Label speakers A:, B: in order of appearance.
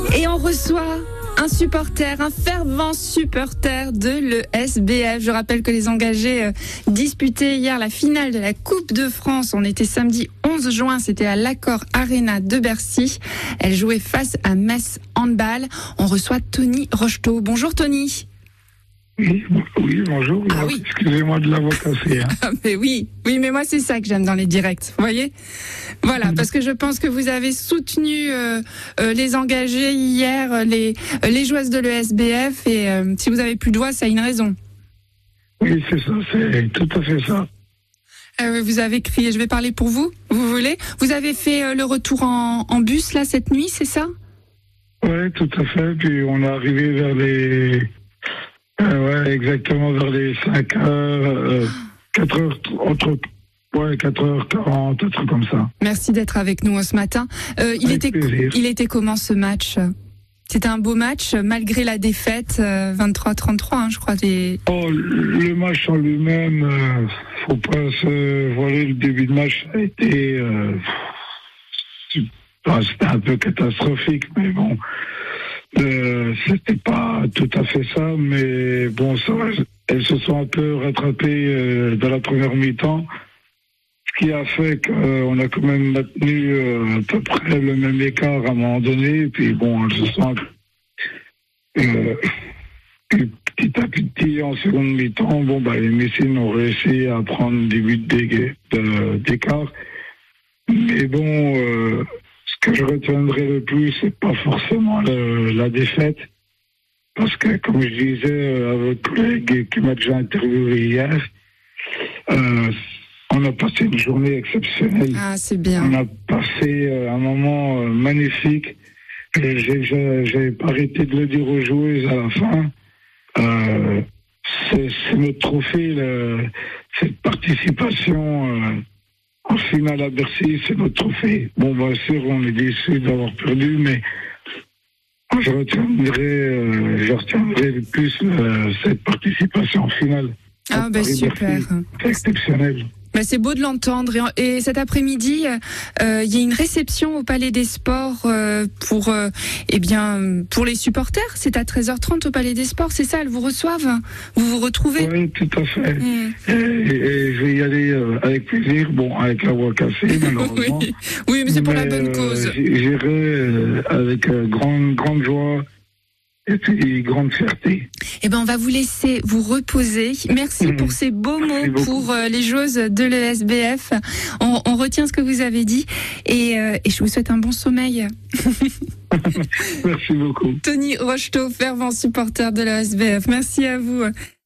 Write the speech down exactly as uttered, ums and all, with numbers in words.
A: Et on reçoit un supporter, un fervent supporter de l'E S B F. Je rappelle que les engagés euh, disputaient hier la finale de la Coupe de France. On était samedi onze juin, c'était à l'Accor Arena de Bercy. Elle jouait face à Metz Handball. On reçoit Tony Rocheteau. Bonjour Tony.
B: Oui, oui, bonjour.
A: Ah oui.
B: Excusez-moi de l'avoir cassé. Hein.
A: Ah, mais oui, oui, mais moi c'est ça que j'aime dans les directs, vous voyez. Voilà, parce que je pense que vous avez soutenu euh, euh, les engagés hier, euh, les euh, les joueuses de l'E S B F, et euh, si vous avez plus de voix, ça a une raison.
B: Oui, c'est ça, c'est tout à fait ça.
A: Euh, vous avez crié, je vais parler pour vous, vous voulez. Vous avez fait euh, le retour en, en bus là cette nuit, c'est ça?
B: Oui, tout à fait. Puis on est arrivé vers les Euh, ouais, exactement vers les cinq heures, euh, quatre heures, entre, ouais, quatre heures quarante, un truc comme ça.
A: Merci d'être avec nous ce matin. Euh, il,
B: Avec
A: était,
B: plaisir.
A: il était comment ce match? C'était un beau match, malgré la défaite, euh, vingt-trois à trente-trois, hein, je crois. Des...
B: Oh, le match en lui-même, euh, faut pas se voiler, le début de match a été, euh, c'était un peu catastrophique, mais bon. Euh, c'était pas tout à fait ça, mais bon, ça, elles se sont un peu rattrapées euh, dans la première mi-temps, ce qui a fait qu'on a quand même maintenu euh, à peu près le même écart à un moment donné, et puis bon, elles se sont euh, petit à petit en seconde mi-temps, bon, bah, les Messines ont réussi à prendre des buts d'écart, mais bon, euh, ce que je retiendrai le plus, c'est pas forcément le, la défaite, parce que, comme je disais à votre collègue qui m'a déjà interviewé hier, euh, on a passé une journée exceptionnelle.
A: Ah, c'est bien.
B: On a passé euh, un moment euh, magnifique. Et j'ai, j'ai, j'ai pas arrêté de le dire aux joueuses à la fin. Euh, c'est, c'est notre trophée, le, cette participation. Euh, En finale à Bercy, c'est notre trophée. Bon, bien sûr, on est déçus d'avoir perdu, mais je retiendrai, euh, je retiendrai le plus euh, cette participation en finale.
A: Ah, ben super.
B: C'est exceptionnel.
A: Ben, c'est beau de l'entendre. Et, et cet après-midi, euh, il y a une réception au Palais des Sports euh, pour, euh, eh bien, pour les supporters. C'est à treize heures trente au Palais des Sports, c'est ça? Elles vous reçoivent? Vous vous retrouvez?
B: Oui, tout à fait.
A: Mmh.
B: Et, et je vais y aller euh, avec plaisir. Bon, avec la voix cassée, malheureusement.
A: oui. oui, mais c'est pour
B: mais,
A: la bonne cause.
B: Euh, j'irai euh, avec euh, grande, grande joie. Et puis, grande fierté.
A: Eh ben, on va vous laisser vous reposer. Merci mmh. pour ces beaux mots pour euh, les joueuses de l'E S B F. On, on retient ce que vous avez dit et, euh, et je vous souhaite un bon sommeil.
B: Merci beaucoup.
A: Tony Rocheteau, fervent supporter de l'E S B F. Merci à vous.